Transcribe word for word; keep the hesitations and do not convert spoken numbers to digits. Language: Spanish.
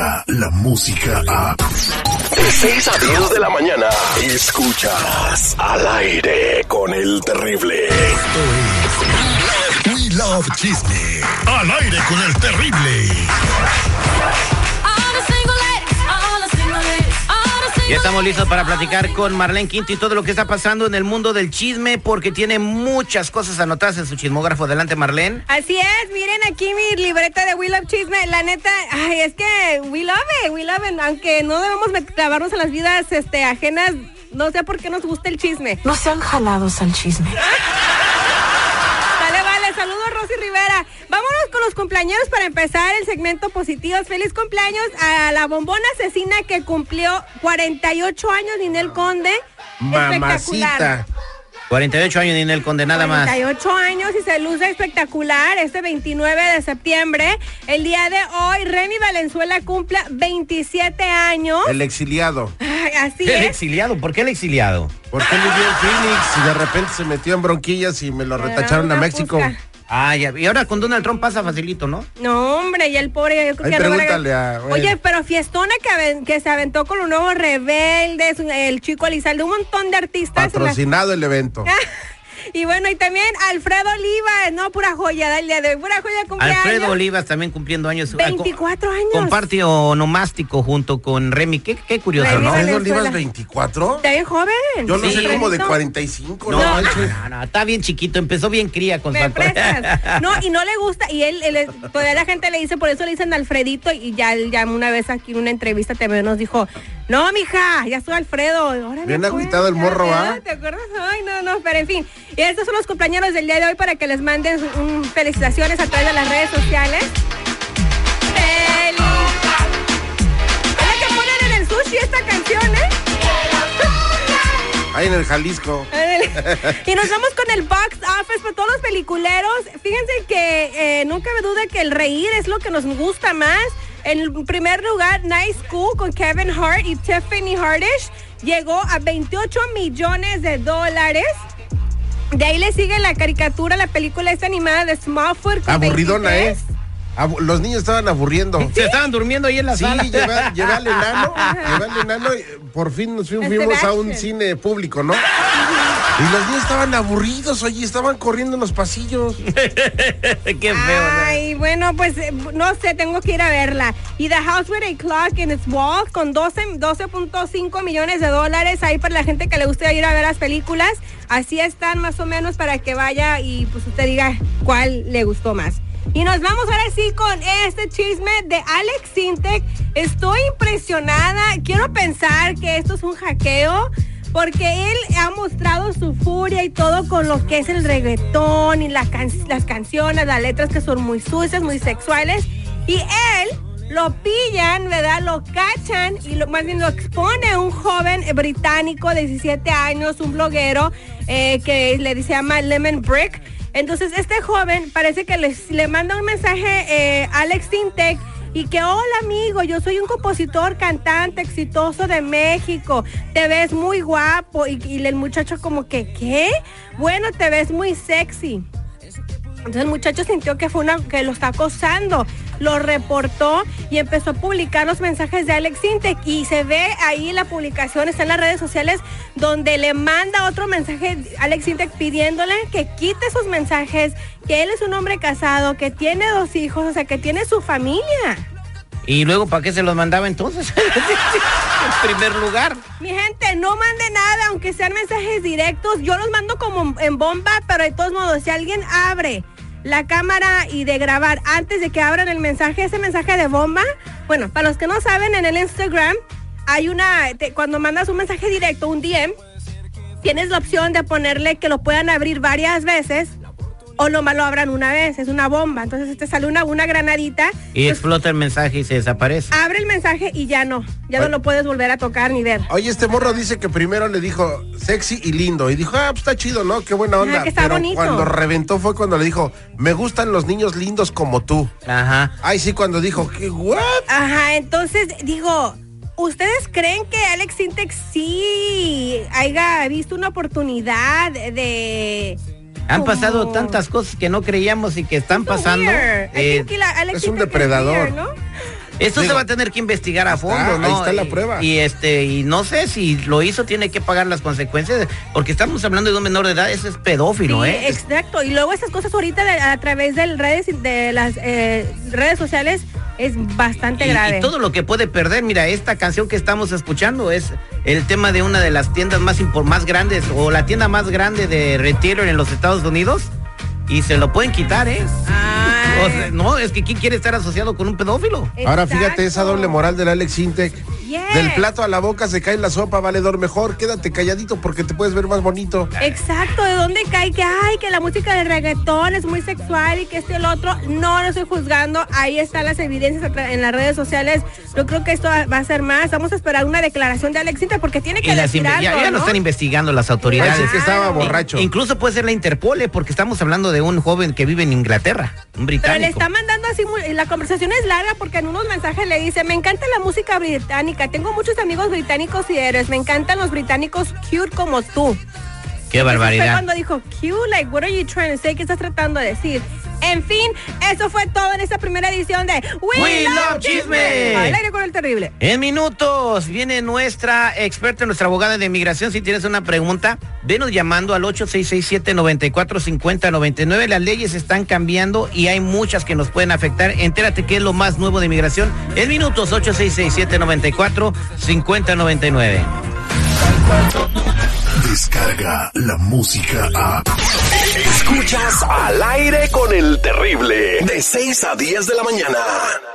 música, la música a... De seis a diez de la mañana, escuchas Al Aire con el Terrible. Esto es We Love Chisme. Al Aire con el Terrible. Ya estamos listos para platicar con Marlene Quinto y todo lo que está pasando en el mundo del chisme, porque tiene muchas cosas anotadas en su chismógrafo. Adelante, Marlene. Así es, miren aquí mi libreta de We Love Chisme. La neta, ay, es que we love it, we love it. Aunque no debemos clavarnos en las vidas este, ajenas, no sé por qué nos gusta el chisme. No sean jalados al chisme. Vale, vale, saludos Rosy Rivera. Vámonos con los cumpleaños para empezar el segmento Positivos. Feliz cumpleaños a la bombona asesina que cumplió cuarenta y ocho años, Ninel Conde. Mamacita. cuarenta y ocho años, Ninel Conde, nada más. cuarenta y ocho años y se luce espectacular este veintinueve de septiembre. El día de hoy, Remy Valenzuela cumple veintisiete años. El exiliado. Ay, así ¿El es. exiliado? ¿Por qué el exiliado? Porque él vivió en Phoenix y de repente se metió en bronquillas y me lo retacharon a México. Busca. Ah, ya. Y ahora con Donald Trump pasa facilito, ¿no? No, hombre, y el pobre, yo creo Ay, que no va pregúntale a- a... Oye, pero fiestona que, aven- que se aventó con los nuevos Rebeldes, el Chico Elizalde, un montón de artistas. Patrocinado el evento. Y bueno, y también Alfredo Olivas, no, pura joya del día de hoy, pura joya de cumpleaños. Alfredo Olivas también cumpliendo años. veinticuatro años. Comparte onomástico junto con Remy. Qué, qué curioso, Remy ¿no? Valenzuela. ¿Alfredo Olivas veinticuatro? Está bien joven. Yo lo Sí. sé como de Renito. cuarenta y cinco, No, ¿no? no, manches. no, no, está bien chiquito, empezó bien cría con su Me Alfredo. prestas. No, y no le gusta, y él, él- todavía la gente le dice, por eso le dicen Alfredito, y ya él ya una vez aquí en una entrevista también nos dijo, no, mija, ya soy Alfredo. Órale, Bien pues, agüitado el ya, morro, ya, ¿va? ¿te acuerdas? Ay, no, no, pero en fin. Y estos son los cumpleaños del día de hoy para que les manden un, felicitaciones a través de las redes sociales. ¡Feliz! Es la que ponen en el sushi esta canción, ¿eh? Ahí en el Jalisco. Y nos vamos con el box office para todos los peliculeros. Fíjense que eh, nunca me duda que el reír es lo que nos gusta más. En primer lugar, Night School con Kevin Hart y Tiffany Haddish llegó a veintiocho millones de dólares. De ahí le sigue la caricatura, la película esta animada de Smallfoot con Aburridona, veintitrés. ¿eh? Abu- los niños estaban aburriendo. Se estaban durmiendo ahí en la Sí, sala. llevé, llevé al enano, llevé al enano y por fin nos fuimos, Este fuimos a un action. cine público, ¿no? Y los niños estaban aburridos, oye, estaban corriendo en los pasillos. Qué feo, ¿no? Ay, bueno, pues eh, no sé, tengo que ir a verla. Y The House with a Clock in its Walls con doce punto cinco millones de dólares ahí para la gente que le gusta ir a ver las películas. Así están más o menos para que vaya y pues usted diga cuál le gustó más. Y nos vamos ahora sí con este chisme de Alex Sintek. Estoy impresionada. Quiero pensar que esto es un hackeo, porque él ha mostrado su furia y todo con lo que es el reggaetón y la can- las canciones, las letras que son muy sucias, muy sexuales. Y él lo pillan, ¿verdad? Lo cachan y lo, más bien lo expone un joven británico de diecisiete años, un bloguero eh, que le se llama Lemon Brick. Entonces este joven parece que les, le manda un mensaje eh, a Alex Sintek y que, hola amigo, yo soy un compositor, cantante exitoso de México, te ves muy guapo. Y, y el muchacho como que, ¿qué? Bueno, te ves muy sexy. Entonces el muchacho sintió que fue una que lo está acosando, lo reportó y empezó a publicar los mensajes de Alex Sintek, y se ve ahí la publicación, está en las redes sociales, donde le manda otro mensaje a Alex Sintek pidiéndole que quite esos mensajes, que él es un hombre casado, que tiene dos hijos, o sea, que tiene su familia. Y luego, ¿para qué se los mandaba entonces? En primer lugar. Mi gente, no mande nada, aunque sean mensajes directos. Yo los mando como en bomba, pero de todos modos, si alguien abre la cámara y de grabar antes de que abran el mensaje, ese mensaje de bomba, bueno, para los que no saben, en el Instagram hay una, te, cuando mandas un mensaje directo, un D M, tienes la opción de ponerle que lo puedan abrir varias veces o nomás lo abran una vez, es una bomba. Entonces te sale una, una granadita. Y explota el mensaje y se desaparece. Abre el mensaje y ya no, ya no lo puedes volver a tocar ni ver. Oye, este morro dice que primero le dijo sexy y lindo. Y dijo, ah, pues está chido, ¿no? Qué buena onda. Ah, que está Pero bonito. cuando reventó fue cuando le dijo, me gustan los niños lindos como tú. Ajá. Ay, sí, cuando dijo, ¿qué, what? Ajá, entonces digo, ¿ustedes creen que Alex Sintek sí haya visto una oportunidad de... Han como- pasado tantas cosas que no creíamos y que están So pasando. weird. I Eh, think que la- Alex es un Sintek depredador. weird, ¿no? Esto Digo, se va a tener que investigar a fondo, está, ¿no? ahí está la Y- prueba. Y este, y no sé si lo hizo, tiene que pagar las consecuencias, porque estamos hablando de un menor de edad, eso es pedófilo, Sí, ¿eh? exacto. Y luego esas cosas ahorita de- a través de redes, de las eh, redes sociales es bastante Y, grave. y todo lo que puede perder, mira, esta canción que estamos escuchando es el tema de una de las tiendas más impor- más grandes, o la tienda más grande de retailer en los Estados Unidos, y se lo pueden quitar, ¿eh? Ay. O sea, no, es que ¿quién quiere estar asociado con un pedófilo? Ahora Exacto. fíjate esa doble moral del Alex Intec. Yes. Del plato a la boca se cae la sopa, valedor. Mejor quédate calladito porque te puedes ver más bonito. Exacto, ¿de dónde cae? Que ay, que la música del reggaetón es muy sexual y que esto y el otro. No, no estoy juzgando. Ahí están las evidencias a tra- en las redes sociales. Yo creo que esto va va a ser más. Vamos a esperar una declaración de Alex Intec porque tiene que Y las decir inve- ya, algo, ya lo ¿no? están investigando las Parece autoridades. que estaba Claro. borracho. E- incluso puede ser la Interpol, ¿eh? Porque estamos hablando de un joven que vive en Inglaterra, un Pero británico. le está mandando así, muy- la conversación es larga porque en unos mensajes le dice, me encanta la música británica, tengo muchos amigos británicos y héroes, me encantan los británicos cute como tú. Qué Entonces fue barbaridad. cuando dijo, cute, like, what are you trying to say? ¿Qué estás tratando de decir? En fin, eso fue todo en esta primera edición de We, We Love Love Chisme. Al aire con el terrible. En minutos viene nuestra experta, nuestra abogada de inmigración. Si tienes una pregunta, venos llamando al ocho seis seis siete, nueve cuatro, cinco cero nueve nueve. Las leyes están cambiando y hay muchas que nos pueden afectar. Entérate qué es lo más nuevo de inmigración. En minutos, ocho seis seis siete, nueve cuatro, cinco cero nueve nueve. Descarga la música a... Escuchas Al Aire con el Terrible, de seis a diez de la mañana.